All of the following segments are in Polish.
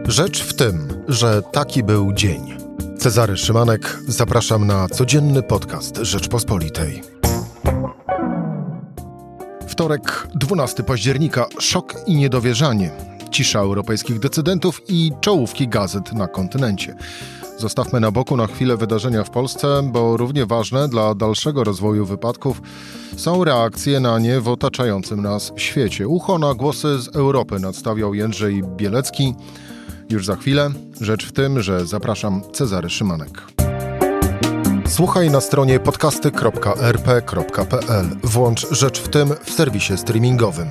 Rzecz w tym, że taki był dzień. Cezary Szymanek, zapraszam na codzienny podcast Rzeczpospolitej. Wtorek, 12 października, szok i niedowierzanie. Cisza europejskich decydentów i czołówki gazet na kontynencie. Zostawmy na boku na chwilę wydarzenia w Polsce, bo równie ważne dla dalszego rozwoju wypadków są reakcje na nie w otaczającym nas świecie. Ucho na głosy z Europy nadstawiał Jędrzej Bielecki. Już za chwilę. Rzecz w tym, że zapraszam, Cezary Szymanek. Słuchaj na stronie podcasty.rp.pl. Włącz Rzecz w tym w serwisie streamingowym.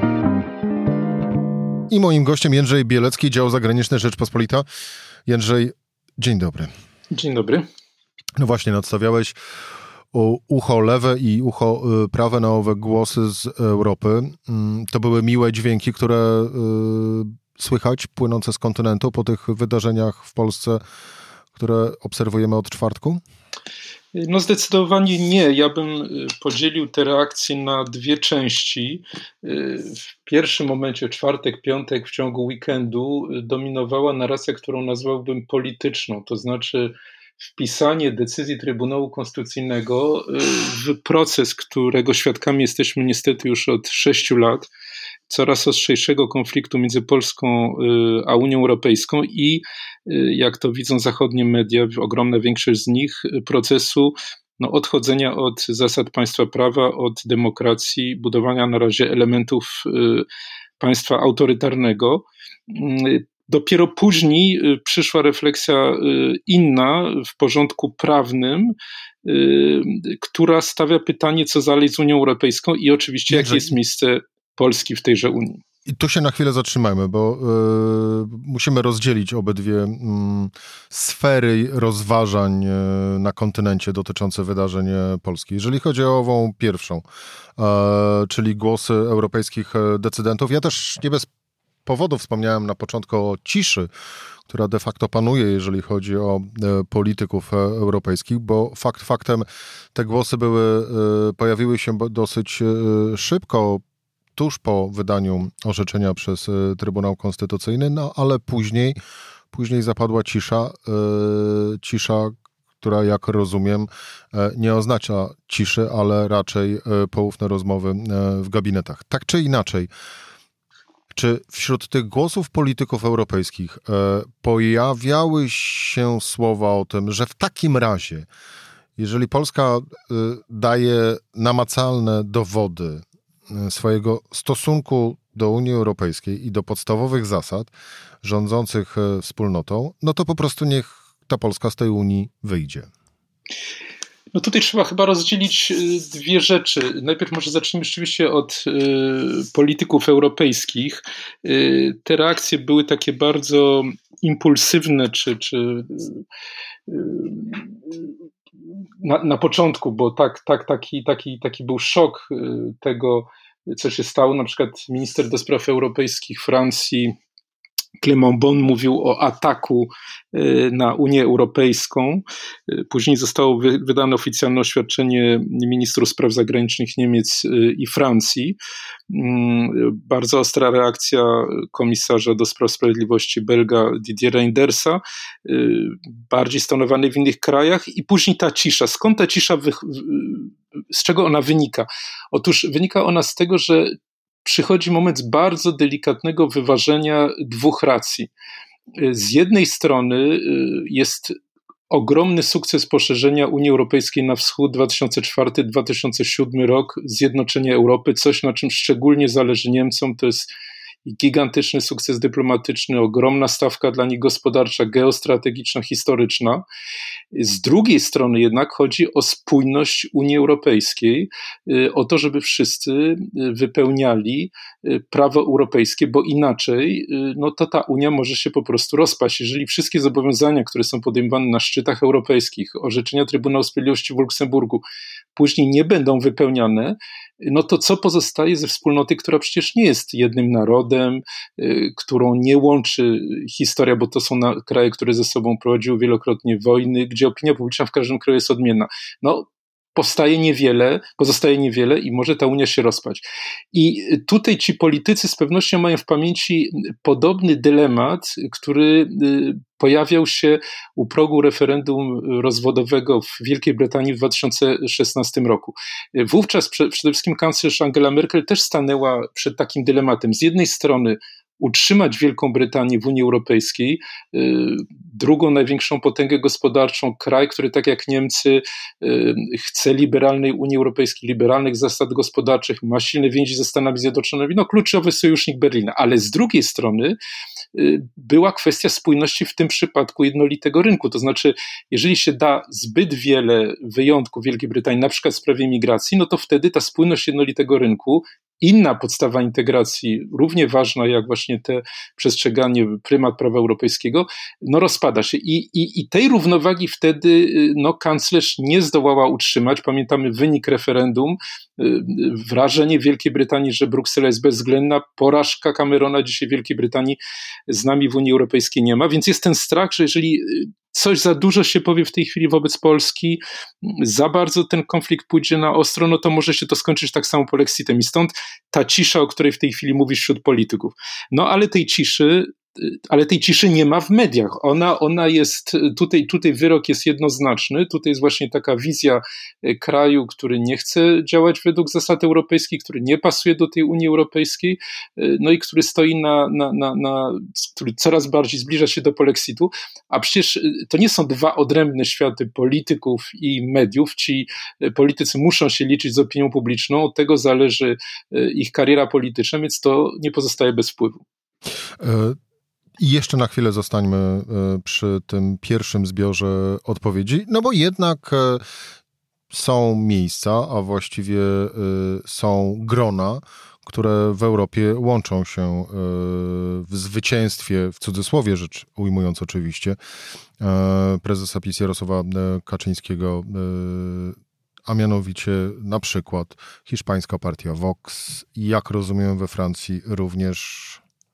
I moim gościem Jędrzej Bielecki, dział zagraniczny Rzeczpospolita. Jędrzej, dzień dobry. Dzień dobry. No właśnie, nadstawiałeś ucho lewe i ucho prawe na owe głosy z Europy. To były miłe dźwięki, które słychać, płynące z kontynentu po tych wydarzeniach w Polsce, które obserwujemy od czwartku? No zdecydowanie nie. Ja bym podzielił te reakcje na dwie części. W pierwszym momencie, czwartek, piątek, w ciągu weekendu dominowała narracja, którą nazwałbym polityczną, to znaczy wpisanie decyzji Trybunału Konstytucyjnego w proces, którego świadkami jesteśmy niestety już od 6 lat, coraz ostrzejszego konfliktu między Polską a Unią Europejską i, jak to widzą zachodnie media, ogromna większość z nich, procesu odchodzenia od zasad państwa prawa, od demokracji, budowania na razie elementów państwa autorytarnego. Dopiero później przyszła refleksja inna w porządku prawnym, która stawia pytanie, co dalej z Unią Europejską i oczywiście jakie jest miejsce Polski w tejże Unii. I tu się na chwilę zatrzymajmy, bo musimy rozdzielić obydwie sfery rozważań na kontynencie dotyczące wydarzeń Polski. Jeżeli chodzi o ową pierwszą, czyli głosy europejskich decydentów, ja też nie bez powodu wspomniałem na początku o ciszy, która de facto panuje, jeżeli chodzi o polityków europejskich, bo faktem te głosy pojawiły się dosyć szybko, tuż po wydaniu orzeczenia przez Trybunał Konstytucyjny, no ale później zapadła cisza, która, jak rozumiem, nie oznacza ciszy, ale raczej poufne rozmowy w gabinetach. Tak czy inaczej, czy wśród tych głosów polityków europejskich pojawiały się słowa o tym, że w takim razie, jeżeli Polska daje namacalne dowody swojego stosunku do Unii Europejskiej i do podstawowych zasad rządzących wspólnotą, no to po prostu niech ta Polska z tej Unii wyjdzie? No tutaj trzeba chyba rozdzielić dwie rzeczy. Najpierw może zacznijmy rzeczywiście od polityków europejskich. Te reakcje były takie bardzo impulsywne, czy na początku, bo taki był szok tego, co się stało. Na przykład minister do spraw europejskich Francji Clément Beaune mówił o ataku na Unię Europejską. Później zostało wydane oficjalne oświadczenie ministrów spraw zagranicznych Niemiec i Francji. Bardzo ostra reakcja komisarza do spraw sprawiedliwości belga Didier Reyndersa, bardziej stonowanej w innych krajach, i później ta cisza. Skąd ta cisza, z czego ona wynika? Otóż wynika ona z tego, że przychodzi moment bardzo delikatnego wyważenia dwóch racji. Z jednej strony jest ogromny sukces poszerzenia Unii Europejskiej na wschód, 2004-2007 rok, zjednoczenie Europy, coś, na czym szczególnie zależy Niemcom. To jest gigantyczny sukces dyplomatyczny, ogromna stawka dla nich gospodarcza, geostrategiczna, historyczna. Z drugiej strony jednak chodzi o spójność Unii Europejskiej, o to, żeby wszyscy wypełniali prawo europejskie, bo inaczej to ta Unia może się po prostu rozpaść. Jeżeli wszystkie zobowiązania, które są podejmowane na szczytach europejskich, orzeczenia Trybunału Sprawiedliwości w Luksemburgu, później nie będą wypełniane, no to co pozostaje ze wspólnoty, która przecież nie jest jednym narodem, którą nie łączy historia, bo to są kraje, które ze sobą prowadziły wielokrotnie wojny, gdzie opinia publiczna w każdym kraju jest odmienna. pozostaje niewiele i może ta Unia się rozpaść. I tutaj ci politycy z pewnością mają w pamięci podobny dylemat, który pojawiał się u progu referendum rozwodowego w Wielkiej Brytanii w 2016 roku. Wówczas przede wszystkim kanclerz Angela Merkel też stanęła przed takim dylematem. Z jednej strony utrzymać Wielką Brytanię w Unii Europejskiej, drugą największą potęgę gospodarczą, kraj, który tak jak Niemcy chce liberalnej Unii Europejskiej, liberalnych zasad gospodarczych, ma silne więzi ze Stanami Zjednoczonymi, kluczowy sojusznik Berlina, ale z drugiej strony była kwestia spójności w tym przypadku jednolitego rynku, to znaczy jeżeli się da zbyt wiele wyjątków Wielkiej Brytanii, na przykład w sprawie migracji, to wtedy ta spójność jednolitego rynku, inna podstawa integracji, równie ważna jak właśnie te przestrzeganie prymat prawa europejskiego, rozpada się. I tej równowagi wtedy kanclerz nie zdołała utrzymać. Pamiętamy wynik referendum, wrażenie Wielkiej Brytanii, że Bruksela jest bezwzględna, porażka Camerona dzisiaj Wielkiej Brytanii z nami w Unii Europejskiej nie ma, więc jest ten strach, że jeżeli coś za dużo się powie w tej chwili wobec Polski, za bardzo ten konflikt pójdzie na ostro, to może się to skończyć tak samo polexitem. I stąd ta cisza, o której w tej chwili mówisz wśród polityków. Ale tej ciszy nie ma w mediach. Ona jest, tutaj wyrok jest jednoznaczny, tutaj jest właśnie taka wizja kraju, który nie chce działać według zasad europejskich, który nie pasuje do tej Unii Europejskiej, i który stoi który coraz bardziej zbliża się do polexitu, a przecież to nie są dwa odrębne światy polityków i mediów. Ci politycy muszą się liczyć z opinią publiczną, od tego zależy ich kariera polityczna, więc to nie pozostaje bez wpływu. I jeszcze na chwilę zostańmy przy tym pierwszym zbiorze odpowiedzi, bo jednak są miejsca, a właściwie są grona, które w Europie łączą się w zwycięstwie, w cudzysłowie rzecz ujmując oczywiście, prezesa PiS Jarosława Kaczyńskiego, a mianowicie na przykład hiszpańska partia Vox, jak rozumiem we Francji również.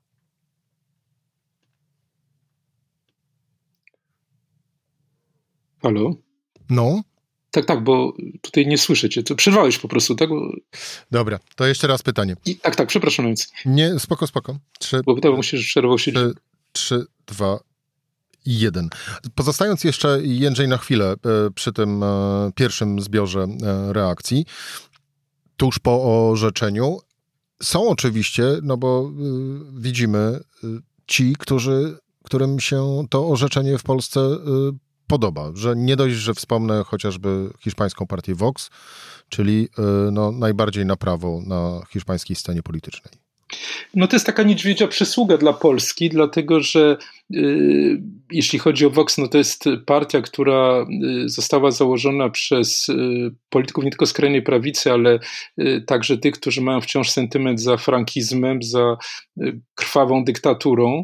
Halo? No? Tak, bo tutaj nie słyszę cię. To przerwałeś po prostu, tak? Dobra, to jeszcze raz pytanie. Tak, przepraszam więc. Nie, spoko. Bo wydawało mi się, że przerwał się. 3, 2, 1. Pozostając jeszcze, Jędrzej, na chwilę przy tym pierwszym zbiorze reakcji, tuż po orzeczeniu, są oczywiście, bo widzimy ci, którym się to orzeczenie w Polsce podoba, że nie dość, że wspomnę chociażby hiszpańską partię Vox, czyli najbardziej na prawo na hiszpańskiej scenie politycznej. To jest taka niedźwiedzia przysługa dla Polski, dlatego że jeśli chodzi o Vox, to jest partia, która została założona przez polityków nie tylko skrajnej prawicy, ale także tych, którzy mają wciąż sentyment za frankizmem, za krwawą dyktaturą.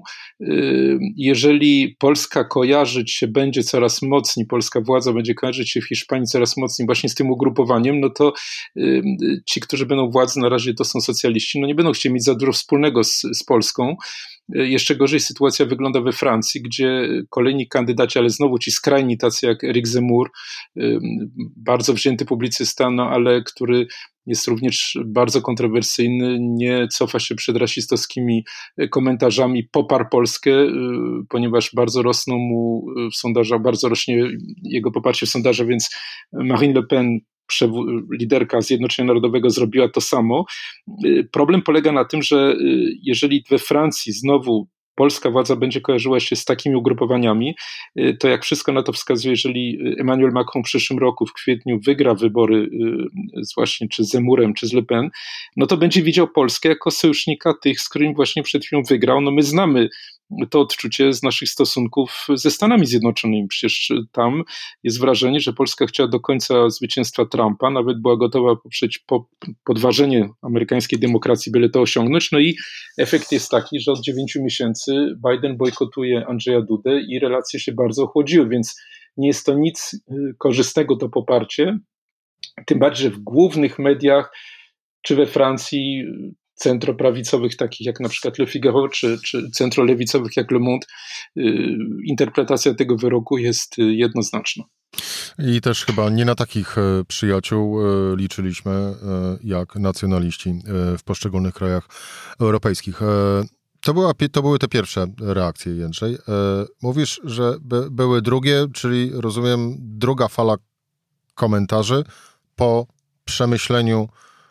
Jeżeli Polska kojarzyć się będzie coraz mocniej, polska władza będzie kojarzyć się w Hiszpanii coraz mocniej właśnie z tym ugrupowaniem, to ci, którzy będą władzy, na razie to są socjaliści, nie będą chcieli mieć za dużo wspólnego z Polską. Jeszcze gorzej sytuacja wygląda we Francji, gdzie kolejni kandydaci, ale znowu ci skrajni, tacy jak Éric Zemmour, bardzo wzięty publicysta, ale który jest również bardzo kontrowersyjny, nie cofa się przed rasistowskimi komentarzami, poparł Polskę, ponieważ bardzo rosną mu w sondażach, bardzo rośnie jego poparcie w sondażach, więc Marine Le Pen, liderka Zjednoczenia Narodowego, zrobiła to samo. Problem polega na tym, że jeżeli we Francji znowu polska władza będzie kojarzyła się z takimi ugrupowaniami, to jak wszystko na to wskazuje, jeżeli Emmanuel Macron w przyszłym roku, w kwietniu, wygra wybory właśnie czy z Zemmurem, czy z Le Pen, to będzie widział Polskę jako sojusznika tych, z którymi właśnie przed chwilą wygrał. My znamy to odczucie z naszych stosunków ze Stanami Zjednoczonymi. Przecież tam jest wrażenie, że Polska chciała do końca zwycięstwa Trumpa, nawet była gotowa poprzeć podważenie amerykańskiej demokracji, byle to osiągnąć. I efekt jest taki, że od 9 miesięcy Biden bojkotuje Andrzeja Dudę i relacje się bardzo ochłodziły, więc nie jest to nic korzystnego to poparcie. Tym bardziej, że w głównych mediach, czy we Francji, centroprawicowych, takich jak na przykład Le Figaro, czy centrolewicowych jak Le Monde, interpretacja tego wyroku jest jednoznaczna. I też chyba nie na takich przyjaciół liczyliśmy jak nacjonaliści w poszczególnych krajach europejskich. To były te pierwsze reakcje, Jędrzej. Mówisz, że były drugie, czyli rozumiem druga fala komentarzy po przemyśleniu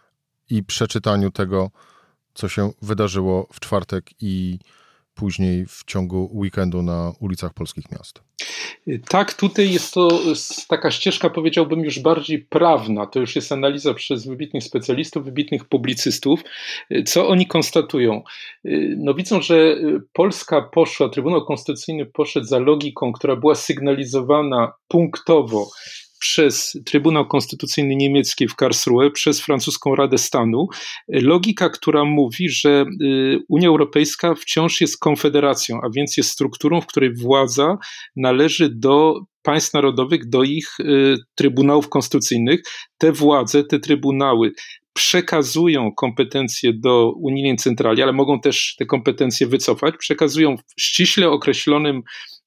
i przeczytaniu tego, co się wydarzyło w czwartek i później w ciągu weekendu na ulicach polskich miast. Tak, tutaj jest to taka ścieżka, powiedziałbym, już bardziej prawna. To już jest analiza przez wybitnych specjalistów, wybitnych publicystów. Co oni konstatują? No widzą, że Trybunał Konstytucyjny poszedł za logiką, która była sygnalizowana punktowo przez Trybunał Konstytucyjny niemiecki w Karlsruhe, przez francuską Radę Stanu. Logika, która mówi, że Unia Europejska wciąż jest konfederacją, a więc jest strukturą, w której władza należy do państw narodowych, do ich trybunałów konstytucyjnych. Te władze, te trybunały przekazują kompetencje do unijnej centrali, ale mogą też te kompetencje wycofać, przekazują w ściśle określonym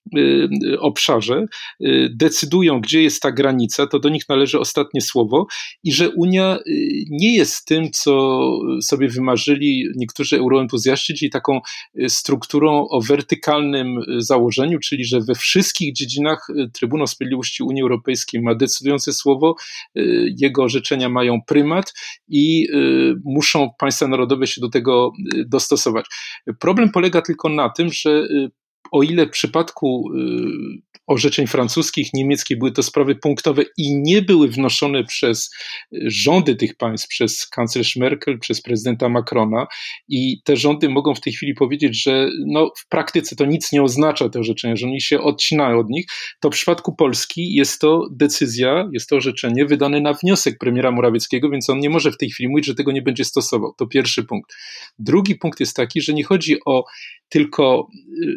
obszarze, decydują, gdzie jest ta granica, to do nich należy ostatnie słowo i że Unia nie jest tym, co sobie wymarzyli niektórzy euroentuzjaści, czyli taką strukturą o wertykalnym założeniu, czyli że we wszystkich dziedzinach Trybunał Sprawiedliwości Unii Europejskiej ma decydujące słowo, jego orzeczenia mają prymat i muszą państwa narodowe się do tego dostosować. Problem polega tylko na tym, że o ile w przypadku orzeczeń francuskich, niemieckich były to sprawy punktowe i nie były wnoszone przez rządy tych państw, przez kanclerz Merkel, przez prezydenta Macrona i te rządy mogą w tej chwili powiedzieć, że no, w praktyce to nic nie oznacza te orzeczenia, że oni się odcinają od nich, to w przypadku Polski jest to decyzja, jest to orzeczenie wydane na wniosek premiera Morawieckiego, więc on nie może w tej chwili mówić, że tego nie będzie stosował. To pierwszy punkt. Drugi punkt jest taki, że nie chodzi o tylko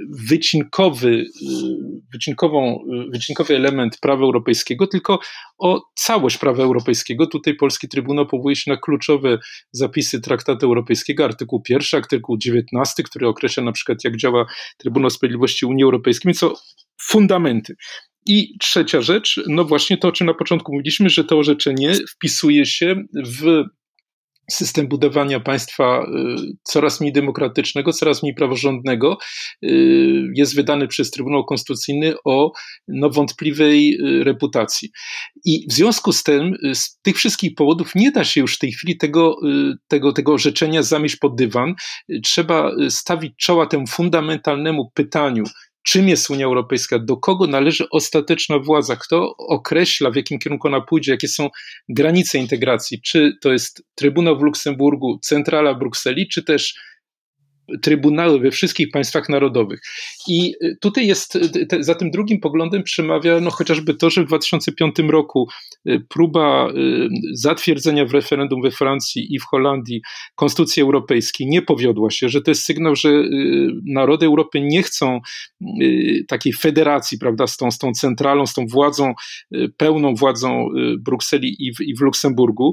wycinkowy element prawa europejskiego, tylko o całość prawa europejskiego. Tutaj Polski Trybunał powołuje się na kluczowe zapisy Traktatu Europejskiego, artykuł 1, artykuł 19, który określa na przykład, jak działa Trybunał Sprawiedliwości Unii Europejskiej, więc to fundamenty. I trzecia rzecz, no właśnie to, o czym na początku mówiliśmy, że to orzeczenie wpisuje się w system budowania państwa coraz mniej demokratycznego, coraz mniej praworządnego, jest wydany przez Trybunał Konstytucyjny o wątpliwej reputacji. I w związku z tym, z tych wszystkich powodów nie da się już w tej chwili tego orzeczenia zamieść pod dywan. Trzeba stawić czoła temu fundamentalnemu pytaniu, czym jest Unia Europejska, do kogo należy ostateczna władza, kto określa, w jakim kierunku ona pójdzie, jakie są granice integracji, czy to jest Trybunał w Luksemburgu, centrala w Brukseli, czy też trybunały we wszystkich państwach narodowych. I tutaj jest, za tym drugim poglądem przemawia chociażby to, że w 2005 roku próba zatwierdzenia w referendum we Francji i w Holandii Konstytucji Europejskiej nie powiodła się, że to jest sygnał, że narody Europy nie chcą takiej federacji, prawda, z tą centralą, z tą władzą, pełną władzą Brukseli i w Luksemburgu,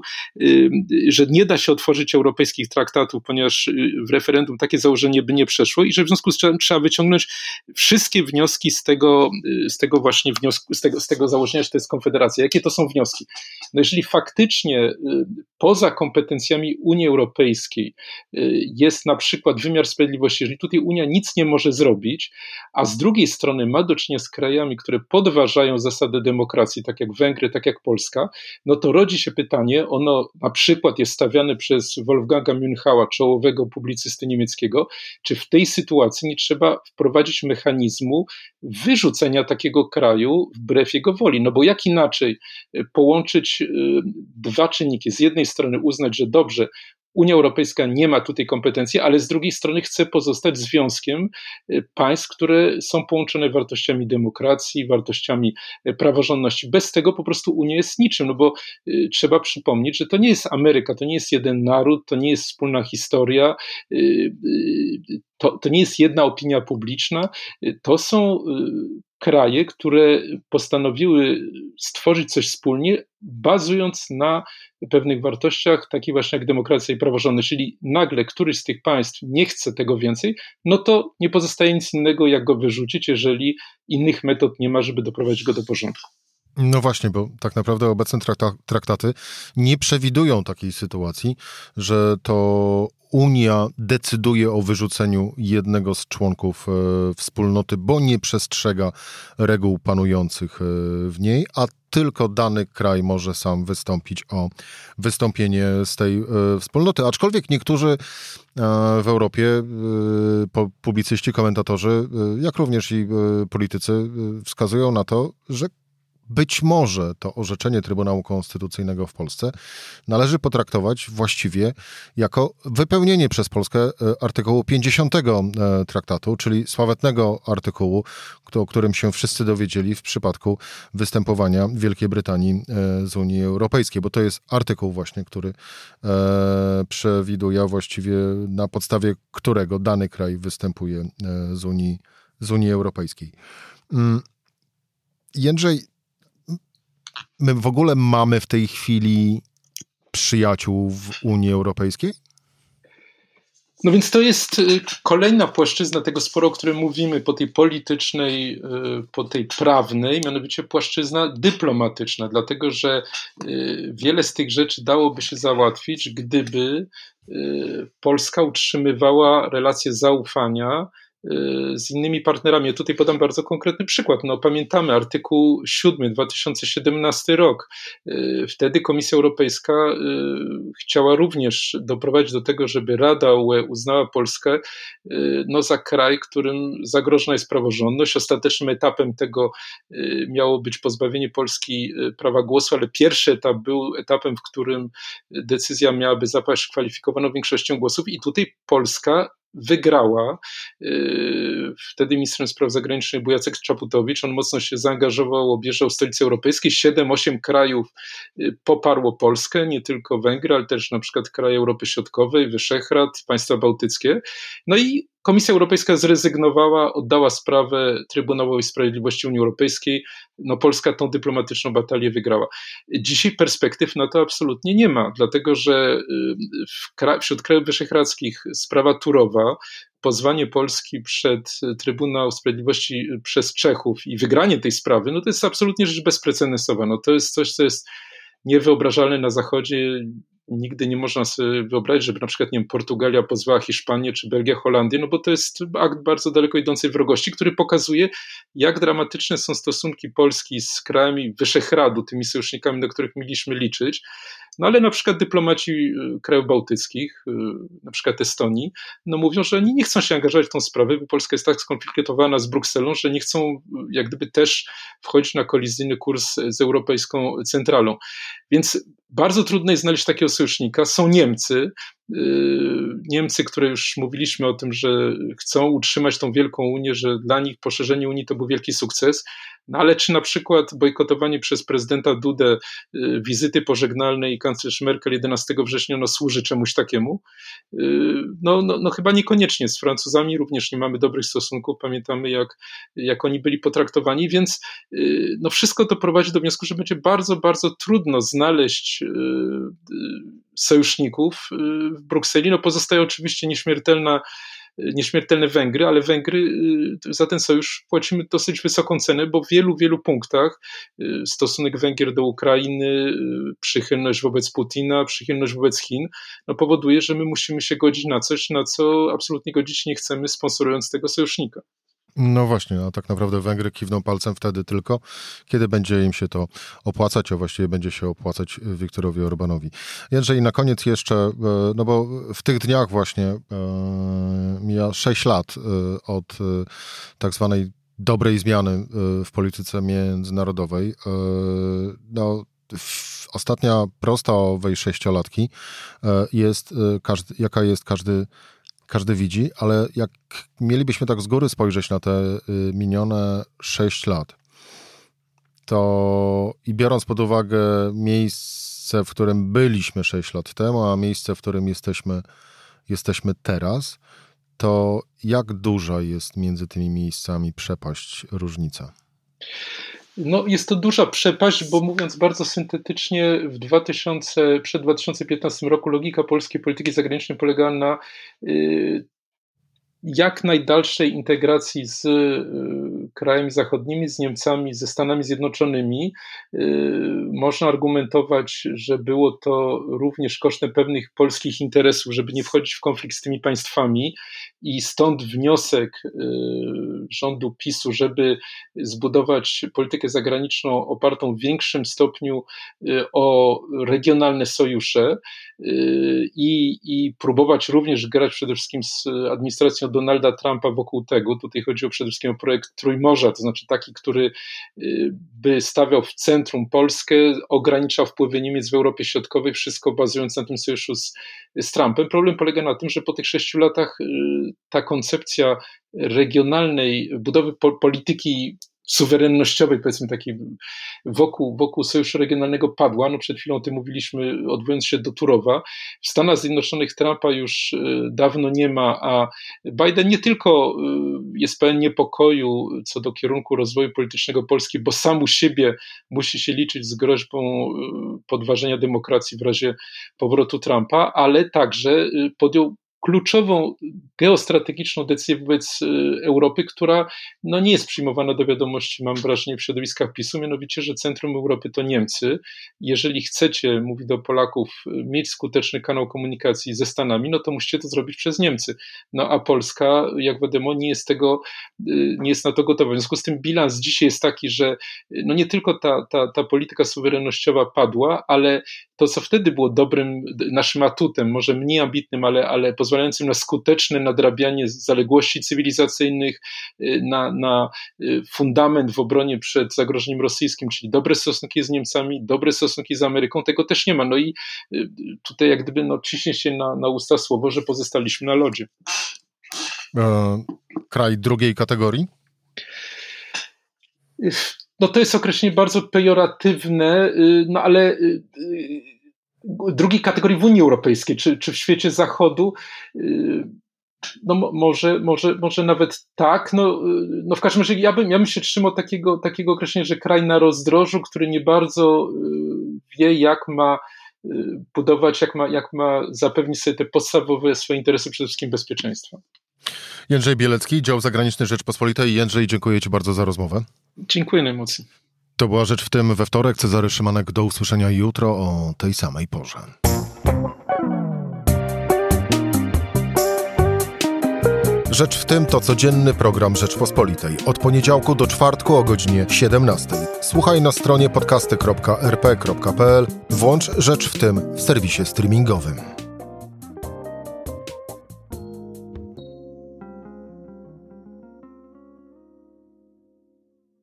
że nie da się otworzyć europejskich traktatów, ponieważ w referendum takie założenie by nie przeszło i że w związku z czym trzeba wyciągnąć wszystkie wnioski z tego właśnie wniosku, z tego założenia, że to jest konfederacja. Jakie to są wnioski? No jeżeli faktycznie poza kompetencjami Unii Europejskiej jest na przykład wymiar sprawiedliwości, jeżeli tutaj Unia nic nie może zrobić, a z drugiej strony ma do czynienia z krajami, które podważają zasady demokracji, tak jak Węgry, tak jak Polska, no to rodzi się pytanie, ono na przykład jest stawiane przez Wolfganga Münchausa, czołowego publicysty niemieckiego, czy w tej sytuacji nie trzeba wprowadzić mechanizmu wyrzucenia takiego kraju wbrew jego woli. No bo jak inaczej połączyć dwa czynniki. Z jednej strony uznać, że dobrze, Unia Europejska nie ma tutaj kompetencji, ale z drugiej strony chce pozostać związkiem państw, które są połączone wartościami demokracji, wartościami praworządności. Bez tego po prostu Unia jest niczym, no bo trzeba przypomnieć, że to nie jest Ameryka, to nie jest jeden naród, to nie jest wspólna historia, to nie jest jedna opinia publiczna, to są kraje, które postanowiły stworzyć coś wspólnie, bazując na pewnych wartościach, takich właśnie jak demokracja i praworządność. Czyli nagle któryś z tych państw nie chce tego więcej, no to nie pozostaje nic innego, jak go wyrzucić, jeżeli innych metod nie ma, żeby doprowadzić go do porządku. No właśnie, bo tak naprawdę obecne traktaty nie przewidują takiej sytuacji, że to Unia decyduje o wyrzuceniu jednego z członków wspólnoty, bo nie przestrzega reguł panujących w niej, a tylko dany kraj może sam wystąpić o wystąpienie z tej wspólnoty. Aczkolwiek niektórzy w Europie, publicyści, komentatorzy, jak również i politycy wskazują na to, że być może to orzeczenie Trybunału Konstytucyjnego w Polsce należy potraktować właściwie jako wypełnienie przez Polskę artykułu 50 traktatu, czyli sławetnego artykułu, o którym się wszyscy dowiedzieli w przypadku występowania Wielkiej Brytanii z Unii Europejskiej, bo to jest artykuł właśnie, który przewiduje właściwie na podstawie którego dany kraj występuje z Unii Europejskiej. Jędrzej, my w ogóle mamy w tej chwili przyjaciół w Unii Europejskiej? No więc to jest kolejna płaszczyzna tego sporu, o którym mówimy, po tej politycznej, po tej prawnej, mianowicie płaszczyzna dyplomatyczna, dlatego że wiele z tych rzeczy dałoby się załatwić, gdyby Polska utrzymywała relacje zaufania z innymi partnerami. Ja tutaj podam bardzo konkretny przykład. No, pamiętamy artykuł 7, 2017 rok. Wtedy Komisja Europejska chciała również doprowadzić do tego, żeby Rada UE uznała Polskę za kraj, którym zagrożona jest praworządność. Ostatecznym etapem tego miało być pozbawienie Polski prawa głosu, ale pierwszy etap był etapem, w którym decyzja miałaby zapaść kwalifikowaną większością głosów i tutaj Polska wygrała. Wtedy ministrem spraw zagranicznych był Jacek Czaputowicz. On mocno się zaangażował, objeżdżał stolice europejskie. 7-8 krajów poparło Polskę, nie tylko Węgry, ale też na przykład kraje Europy Środkowej, Wyszehrad, państwa bałtyckie. No i Komisja Europejska zrezygnowała, oddała sprawę Trybunałowi Sprawiedliwości Unii Europejskiej. No Polska tą dyplomatyczną batalię wygrała. Dzisiaj perspektyw na to absolutnie nie ma, dlatego że wśród krajów wyszehradzkich sprawa Turowa, pozwanie Polski przed Trybunał Sprawiedliwości przez Czechów i wygranie tej sprawy, no to jest absolutnie rzecz bezprecedensowa. No to jest coś, co jest niewyobrażalne na Zachodzie. Nigdy nie można sobie wyobrazić, żeby na przykład, nie wiem, Portugalia pozwała Hiszpanię czy Belgię, Holandię, no bo to jest akt bardzo daleko idącej wrogości, który pokazuje, jak dramatyczne są stosunki Polski z krajami Wyszehradu, tymi sojusznikami, do których mieliśmy liczyć. No ale na przykład dyplomaci krajów bałtyckich, na przykład Estonii, no mówią, że oni nie chcą się angażować w tą sprawę, bo Polska jest tak skonfliktowana z Brukselą, że nie chcą jak gdyby też wchodzić na kolizyjny kurs z europejską centralą. Więc bardzo trudno jest znaleźć takiego sojusznika. Są Niemcy, które już mówiliśmy o tym, że chcą utrzymać tą wielką Unię, że dla nich poszerzenie Unii to był wielki sukces, no ale czy na przykład bojkotowanie przez prezydenta Dudę wizyty pożegnalnej kanclerz Merkel 11 września służy czemuś takiemu? No chyba niekoniecznie. Z Francuzami również nie mamy dobrych stosunków. Pamiętamy, jak oni byli potraktowani, więc no wszystko to prowadzi do wniosku, że będzie bardzo, bardzo trudno znaleźć sojuszników w Brukseli. No pozostaje oczywiście nieśmiertelne Węgry, ale Węgry za ten sojusz płacimy dosyć wysoką cenę, bo w wielu, wielu punktach stosunek Węgier do Ukrainy, przychylność wobec Putina, przychylność wobec Chin, powoduje, że my musimy się godzić na coś, na co absolutnie godzić nie chcemy, sponsorując tego sojusznika. No właśnie, a tak naprawdę Węgry kiwną palcem wtedy tylko, kiedy będzie im się to opłacać, a właściwie będzie się opłacać Viktorowi Orbánowi. Jędrzej, na koniec jeszcze, no bo w tych dniach właśnie mija 6 lat od tak zwanej dobrej zmiany w polityce międzynarodowej. No, ostatnia prosta owej 6-latki jest, jaka jest każdy widzi, ale jak mielibyśmy tak z góry spojrzeć na te minione 6 lat, to i biorąc pod uwagę miejsce, w którym byliśmy 6 lat temu, a miejsce, w którym jesteśmy teraz, to jak duża jest między tymi miejscami przepaść, różnica? No, jest to duża przepaść, bo mówiąc bardzo syntetycznie, przed 2015 roku logika polskiej polityki zagranicznej polegała na jak najdalszej integracji z krajami zachodnimi, z Niemcami, ze Stanami Zjednoczonymi. Można argumentować, że było to również kosztem pewnych polskich interesów, żeby nie wchodzić w konflikt z tymi państwami i stąd wniosek rządu PiS-u, żeby zbudować politykę zagraniczną opartą w większym stopniu o regionalne sojusze i próbować również grać przede wszystkim z administracją Donalda Trumpa wokół tego. Tutaj chodzi przede wszystkim o projekt Trójmorza, to znaczy taki, który by stawiał w centrum Polskę, ograniczał wpływy Niemiec w Europie Środkowej, wszystko bazując na tym sojuszu z Trumpem. Problem polega na tym, że po tych 6 latach ta koncepcja regionalnej budowy polityki suwerennościowej, powiedzmy takiej wokół sojuszu regionalnego padła. No przed chwilą o tym mówiliśmy, odwołując się do Turowa. W Stanach Zjednoczonych Trumpa już dawno nie ma, a Biden nie tylko jest pełen niepokoju co do kierunku rozwoju politycznego Polski, bo sam u siebie musi się liczyć z groźbą podważenia demokracji w razie powrotu Trumpa, ale także podjął kluczową geostrategiczną decyzję wobec Europy, która nie jest przyjmowana do wiadomości, mam wrażenie, w środowiskach PiS-u, mianowicie, że centrum Europy to Niemcy. Jeżeli chcecie, mówi do Polaków, mieć skuteczny kanał komunikacji ze Stanami, to musicie to zrobić przez Niemcy. A Polska, jak wiadomo, nie jest na to gotowa. W związku z tym bilans dzisiaj jest taki, że nie tylko ta polityka suwerennościowa padła, ale to, co wtedy było dobrym naszym atutem, może mniej ambitnym, ale pozwalającym na skuteczne nadrabianie zaległości cywilizacyjnych, na fundament w obronie przed zagrożeniem rosyjskim, czyli dobre stosunki z Niemcami, dobre stosunki z Ameryką, tego też nie ma. I tutaj jak gdyby ciśnie się na usta słowo, że pozostaliśmy na lodzie. Kraj drugiej kategorii? To jest określenie bardzo pejoratywne, ale drugiej kategorii w Unii Europejskiej, czy w świecie Zachodu, może nawet tak. W każdym razie ja bym się trzymał takiego określenia, że kraj na rozdrożu, który nie bardzo wie, jak ma budować, jak ma zapewnić sobie te podstawowe swoje interesy, przede wszystkim bezpieczeństwa. Jędrzej Bielecki, dział zagraniczny Rzeczpospolitej. Jędrzej, dziękuję Ci bardzo za rozmowę. Dziękuję najmocniej. To była Rzecz w tym we wtorek. Cezary Szymanek, do usłyszenia jutro o tej samej porze. Rzecz w tym to codzienny program Rzeczpospolitej. Od poniedziałku do czwartku o godzinie 17. Słuchaj na stronie podcasty.rp.pl. Włącz Rzecz w tym w serwisie streamingowym.